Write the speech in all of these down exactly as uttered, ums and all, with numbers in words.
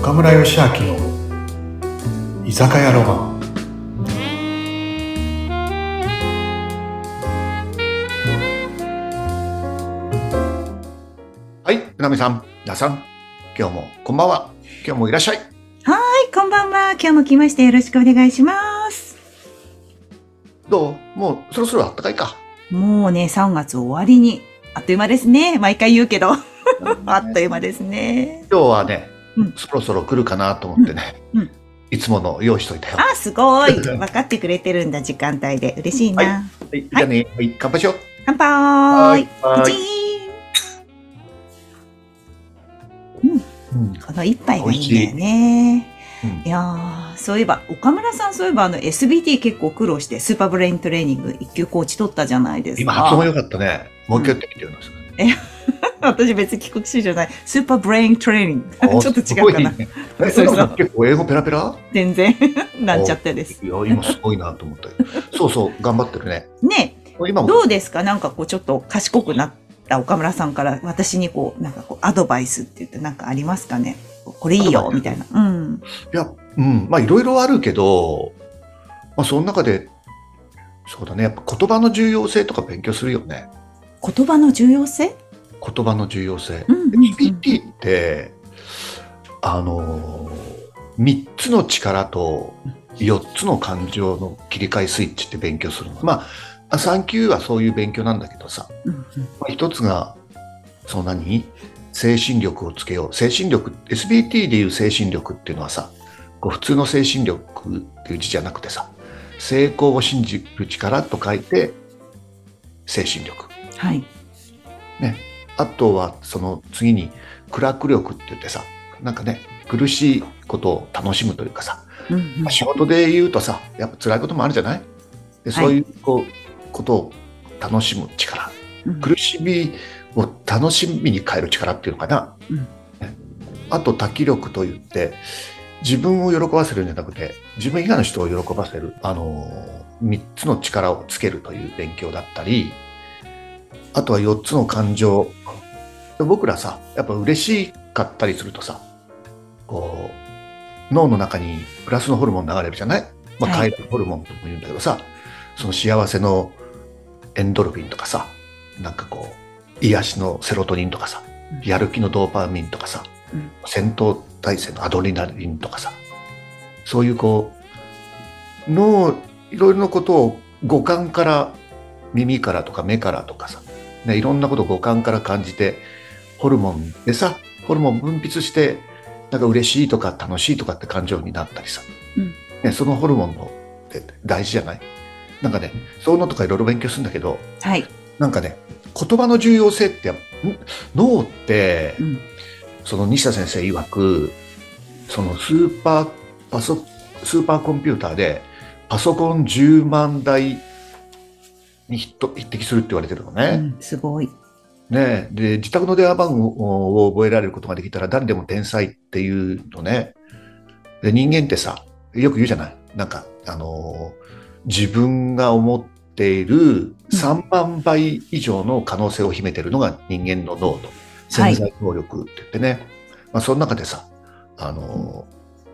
岡村義明の居酒屋ロマン。 はい、うなみさん、皆さん、今日もこんばんは。今日もいらっしゃい。 はい、こんばんは。今日も来ましてよろしくお願いします。 どう？もうそろそろあったかいか。 もうね、さんがつ終わりに、あっという間ですね。毎回言うけど。あっという間ですね。 今日はね、 うん、 そろそろ来るかなと思ってね、 うんうん、 いつもの用意しといたよ。 あ、すごい。分かってくれてるんだ、時間帯で。嬉しいな。 はい。はい、じゃあね、はい、乾杯しよう。 乾杯。 はい。はい。 うん、この一杯がいいんだよね。 うん、 いやー、そういえば、岡村さん、そういえばあの エスビーティー 結構苦労して、スーパーブレイントレーニング一級コーチ取ったじゃないですか。 今発音良かったね。もう一回やってみてよ。 うん、え私別に帰国子女じゃない。スーパーブレイントレーニング。ちょっと違うかな。 ね、そうそう結構英語ペラペラ全然、なんちゃってです。 いや、今すごいなと思った。そうそう、頑張ってるね。 ね今もどうですか？なんかこう、ちょっと賢くなった岡村さんから私にこう、なんかこう、アドバイスって言ってなんかありますかね？これいいよ、みたいな。うん。 いや、うん、まあいろいろあるけど、まあその中で、そうだね、やっぱ言葉の重要性とか勉強するよね。 言葉の重要性？ 言葉の重要性。 うんうんうん、 エスビーティー って、あの、みっつの力とよっつの感情の切り替えスイッチって勉強するの。まあ、さん級はそういう勉強なんだけどさ、 うんうん、 まあ、一つが、そう何精神力をつけよう。精神力、エスビーティー でいう精神力っていうのはさ、こう普通の精神力っていう字じゃなくてさ、成功を信じる力と書いて、精神力。 はい。 ね。あとは、その次に、苦楽力って言ってさ、なんかね、苦しいことを楽しむというかさ、 うんうんまあ、仕事で言うとさ、やっぱ辛いこともあるじゃないで、そういうこうことを楽しむ力、うん、苦しみを楽しみに変える力っていうのかな、うんね、あと多気力といって自分を喜ばせるんじゃなくて自分以外の人を喜ばせる、あのみっつの力をつけるという勉強だったり、あとはよっつの感情。僕らさ、やっぱ嬉しかったりするとさ、こう脳の中にプラスのホルモン流れるじゃない、まあ、快楽ホルモンとも言うんだけどさ、はい、その幸せのエンドルフィンとかさ、なんかこう癒しのセロトニンとかさ、やる気のドーパミンとかさ、うん、戦闘態勢のアドレナリンとかさ、そういうこう脳いろいろなことを五感から耳からとか目からとかさ、ね、いろんなことを五感から感じてホルモンでさ、ホルモン分泌してなんか嬉しいとか楽しいとかって感情になったりさ、うんね、そのホルモンのって大事じゃない？なんかね、そういうのとかいろいろ勉強するんだけど、 はい、 なんかね、言葉の重要性って脳って、うん、その西田先生曰く、そのスーパーパソスーパーコンピューターでパソコンじゅうまんだいに匹敵するって言われてるのね。 うん、すごい。 ね、で自宅の電話番号を覚えられることができたら誰でも天才っていうのね。で人間ってさ、よく言うじゃない。なんかあの自分が思っているさんまんばい以上の可能性を秘めているのが人間の脳と潜在能力って言ってね、はい、まあ、その中でさ、あの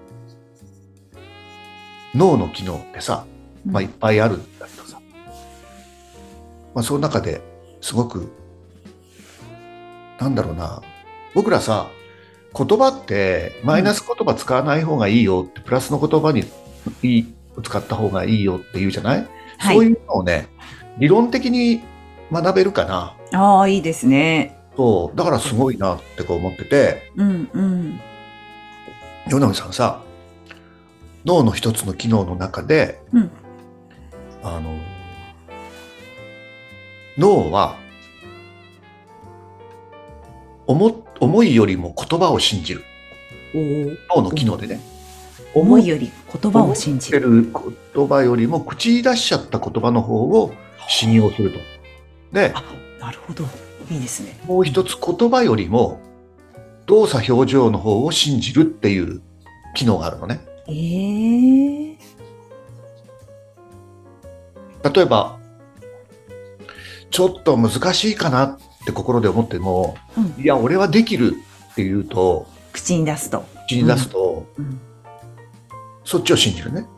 脳の機能ってさ、まあ、いっぱいあるんだけどさ、まあ、その中ですごくなんだろうな、僕らさ、言葉ってマイナス言葉使わない方がいいよって、プラスの言葉にいい使った方がいいよって言うじゃない、はい、そういうのをね、理論的に学べるかな。 ああ、いいですね。 そうだからすごいなってこう思ってて、 うんうん。 与那さんさ、脳の一つの機能の中で、うん、あの脳は思, 思いよりも言葉を信じる。脳の機能でね。 思いより言葉を信じる。 思ってる言葉よりも口に出しちゃった言葉の方を信用すると。で、 あ、なるほど。いいですね。 もう一つ言葉よりも動作表情の方を信じるっていう機能があるのね。 えー、 例えば、ちょっと難しいかなって心で思っても、うん、いや俺はできるって言うと口に出すと口に出すと、 うん、 そっちを信じるね。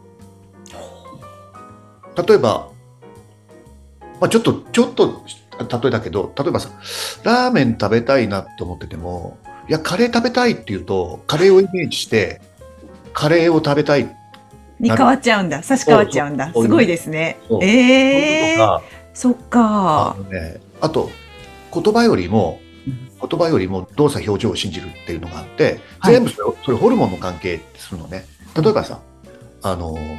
例えば、まあ、ちょっとちょっと例えだけど、例えばさ、ラーメン食べたいなと思ってても、いやカレー食べたいっていうと、カレーをイメージしてカレーを食べたいに変わっちゃうんだ。差し替わっちゃうんだ。すごいですね。ええー、そっか。 あのね、あと言葉よりも言葉よりも動作表情を信じるっていうのがあって、はい、全部それ、それホルモンの関係するのね。例えばさ、あのー、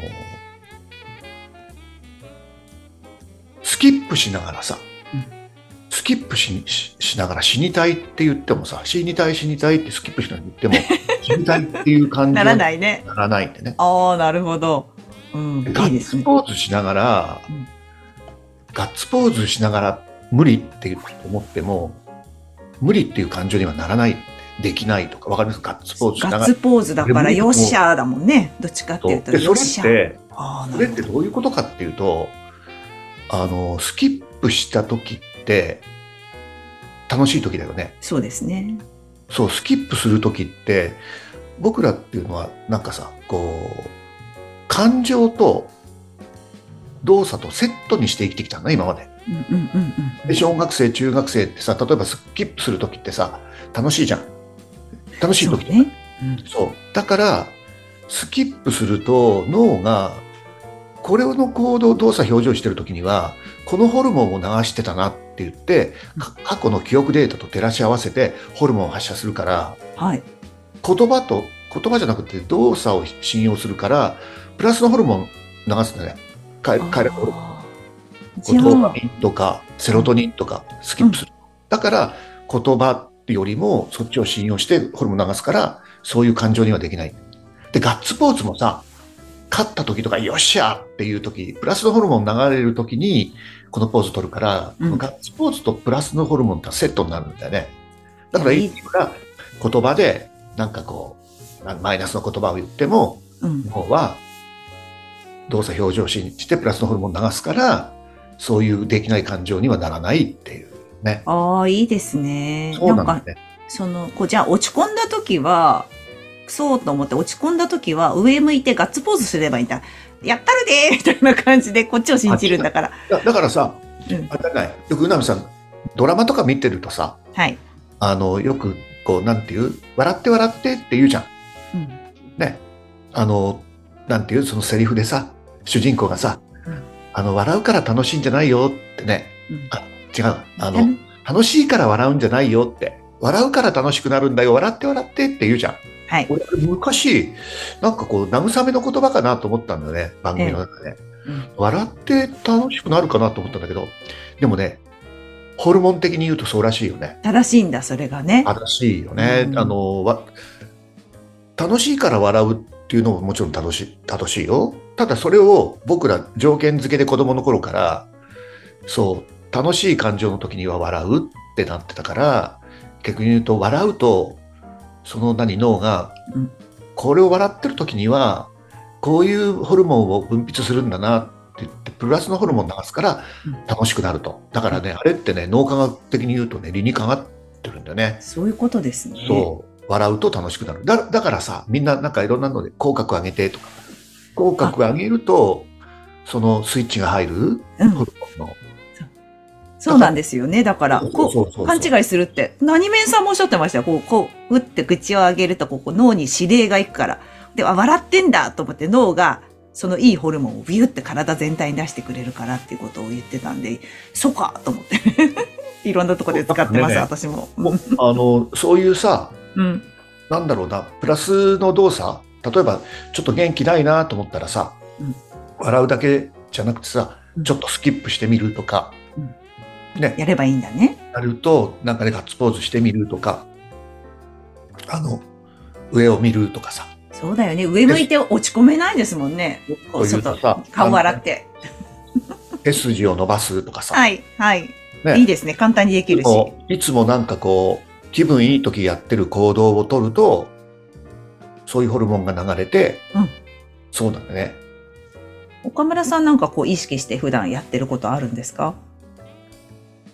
スキップしながらさ、うん、スキップ し, し, しながら死にたいって言ってもさ、死にたい死にたいってスキップしながら言っても死にたいっていう感じならないね。 ならないんでね。 ああ、なるほど。うん、 ガッツポーズしながら、いいですね、ガッツポーズしながら無理って思っても、無理っていう感情にはならない、できないとか、わかります？ガッツポーズしながら。 ガッツポーズだからよっしゃーだもんね。どっちかっていうとよっしゃー。 それってそれってどういうことかっていうと、あのスキップした時って楽しい時だよね。 そうですね。 そう、スキップする時って僕らっていうのはなんかさ、こう感情と動作とセットにして生きてきたんだ、今まで。で、小学生中学生ってさ、例えばスキップする時ってさ、楽しいじゃん。楽しい時、 そうね、うん、 そうだからスキップすると脳がこれの行動動作表情してる時にはこのホルモンを流してたなって言って、うん、過去の記憶データと照らし合わせてホルモンを発射するから、 はい、 言葉と言葉じゃなくて動作を信用するからプラスのホルモン流すんだね。快楽ホルモン、ドーパミンとかセロトニンとかスキップする、うん、だから言葉よりもそっちを信用してホルモン流すから、そういう感情にはできない。で、ガッツポーズもさ、勝った時とかよっしゃっていう時、プラスのホルモン流れる時にこのポーズ取るから、うん、ガッツポーズとプラスのホルモンってセットになるんだよね。だからいいから言葉でなんかこうマイナスの言葉を言っても、うん、脳は動作表情を信じてプラスのホルモン流すから、そういうできない感情にはならないっていうね。 ああ、いいですね。 そうなんだね。 なんかそのこうじゃあ落ち込んだ時は、そうと思って落ち込んだ時は上向いてガッツポーズすればいいんだ。やったるでーみたいな感じでこっちを信じるんだから。 だ, だからさ、うん、あれない。よくうなみさんドラマとか見てるとさ、 はい、 あのよくこうなんていう笑って笑ってって言うじゃん。うん、ね、あのなんていうそのセリフでさ、主人公がさ、うん、あの笑うから楽しいんじゃないよってね。うん、あ、違う。あの、うん、楽しいから笑うんじゃないよって。笑うから楽しくなるんだよ。笑って笑ってって言うじゃん。 はい、 俺昔なんかこう慰めの言葉かなと思ったんだよね、番組の中で、ええ、うん、笑って楽しくなるかなと思ったんだけど、でもね、ホルモン的に言うとそうらしいよね。 正しいんだ、それがね。 正しいよね、うん、あのわ楽しいから笑うっていうのももちろん楽しい、正しいよ。ただそれを僕ら条件付けで子供の頃からそう楽しい感情の時には笑うってなってたから、逆に言うと笑うとその何脳が、うん、これを笑ってる時にはこういうホルモンを分泌するんだなって言ってプラスのホルモン流すから楽しくなると。だからね、あれってね、脳科学的に言うとね、理にかかってるんだよね。 そういうことですね。 そう笑うと楽しくなる。 だ, だからさ、みんななんかいろんなので口角上げてとか、口角上げるとそのスイッチが入る、うん、ホルモンのそうなんですよね。だから、こう、勘違いするって、何面さんもおっしゃってましたよ。こう、こう、打って口を上げると、ここ脳に指令がいくから。で、笑ってんだと思って脳が、そのいいホルモンをビュって体全体に出してくれるからっていうことを言ってたんで、そうかと思って。いろんなところで使ってます、ね、私も。 あの、そういうさ、うん、なんだろうな、プラスの動作、例えば、ちょっと元気ないなと思ったらさ、うん、笑うだけじゃなくてさ、ちょっとスキップしてみるとか、うんね、やればいいんだね。 やるとなんかね、ガッツポーズしてみるとか、あの上を見るとかさ。 そうだよね。上向いて落ち込めないですもんね。こう外顔洗って背筋を伸ばすとかさ。 はいはい、ね、いいですね。簡単にできるし。 いつもなんかこう気分いい時やってる行動を取るとそういうホルモンが流れて、うん、そうなんだね。 岡村さんなんかこう意識して普段やってることあるんですか？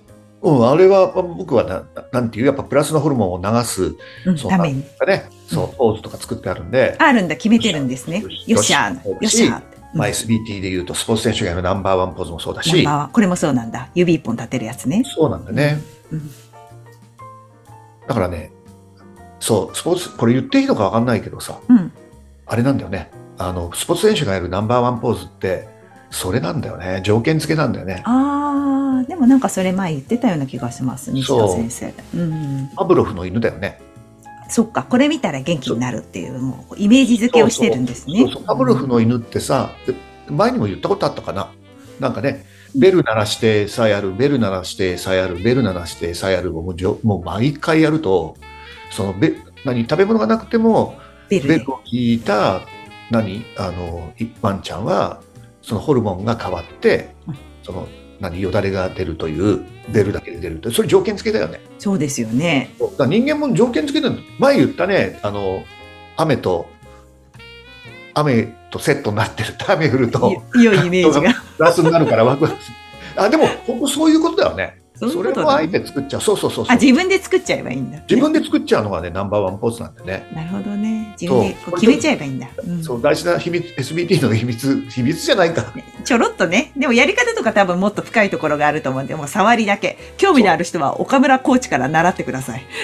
うん、あれは僕はな、なんていう、やっぱプラスのホルモンを流す、 うん、 そうために。 ね、そう、ポーズとか作ってあるんで、 あるんだ、決めてるんですね。よっしゃー、よっしゃーって。 まあ、エスビーティー で言うと、スポーツ選手がのナンバーワンポーズもそうだし、 これもそうなんだ。指一本立てるやつね。 そうなんだね。うん、だからね、そう、スポーツ、これ言っていいのか分かんないけどさ、うん、あれなんだよね。あの、スポーツ選手がやるナンバーワンポーズって、それなんだよね。条件付けなんだよね。 ああ、でもなんかそれ前言ってたような気がします、西田先生。うん。 パブロフの犬だよね。 そっか、これ見たら元気になるっていう、もうイメージ付けをしてるんですね。 そうそう、パブロフの犬ってさ、前にも言ったことあったかな。なんかね、ベル鳴らして餌やる、ベル鳴らして餌やる、ベル鳴らして餌やるをもうもう毎回やると、そのベ何食べ物がなくてもベルを聞いた何あのワンちゃんはそのホルモンが変わって、うん、その何よだれが出るというベルだけで出ると、それ条件付けだよね。 そうですよね。 だから人間も条件付けだ。前言ったね、あの雨と雨とセットになってると、雨降ると良いイメージがプラスになるからワクワクする。あ、でも本当そういうことだよね。それもあえて作っちゃう。そうそうそうそう。 あ、自分で作っちゃえばいいんだ、ね。 自分で作っちゃうのがね、ナンバーワンポーズなんでね。 なるほどね。自分でこう決めちゃえばいいんだ。 うん、そう、大事な秘密、エスビーティー の秘密、秘密じゃないか。 ちょろっとね。でもやり方とか多分もっと深いところがあると思うんで、もう触りだけ。興味のある人は岡村コーチから習ってください。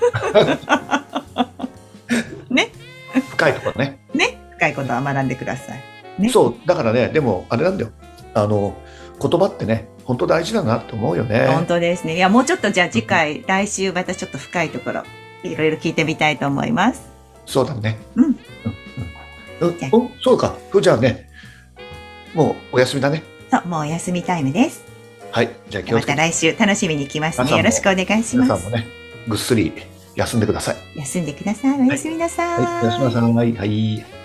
ね。 深いところね。 ね。深いことは学んでください。ね。 そう、だからね、でもあれなんだよ。あの、言葉ってね、本当大事だなと思うよね。 本当ですね。いや、もうちょっとじゃあ次回、来週またちょっと深いところ、いろいろ聞いてみたいと思います。 そうだね。 うん。うん。 うん、そうか。じゃあね、もうお休みだね。 そう、もうお休みタイムです。 はい。じゃあ今日また来週楽しみに来ますね。よろしくお願いします。皆さんもね、ぐっすり休んでください。 休んでください。おやすみなさい。 はい。おやすみなさい。はい。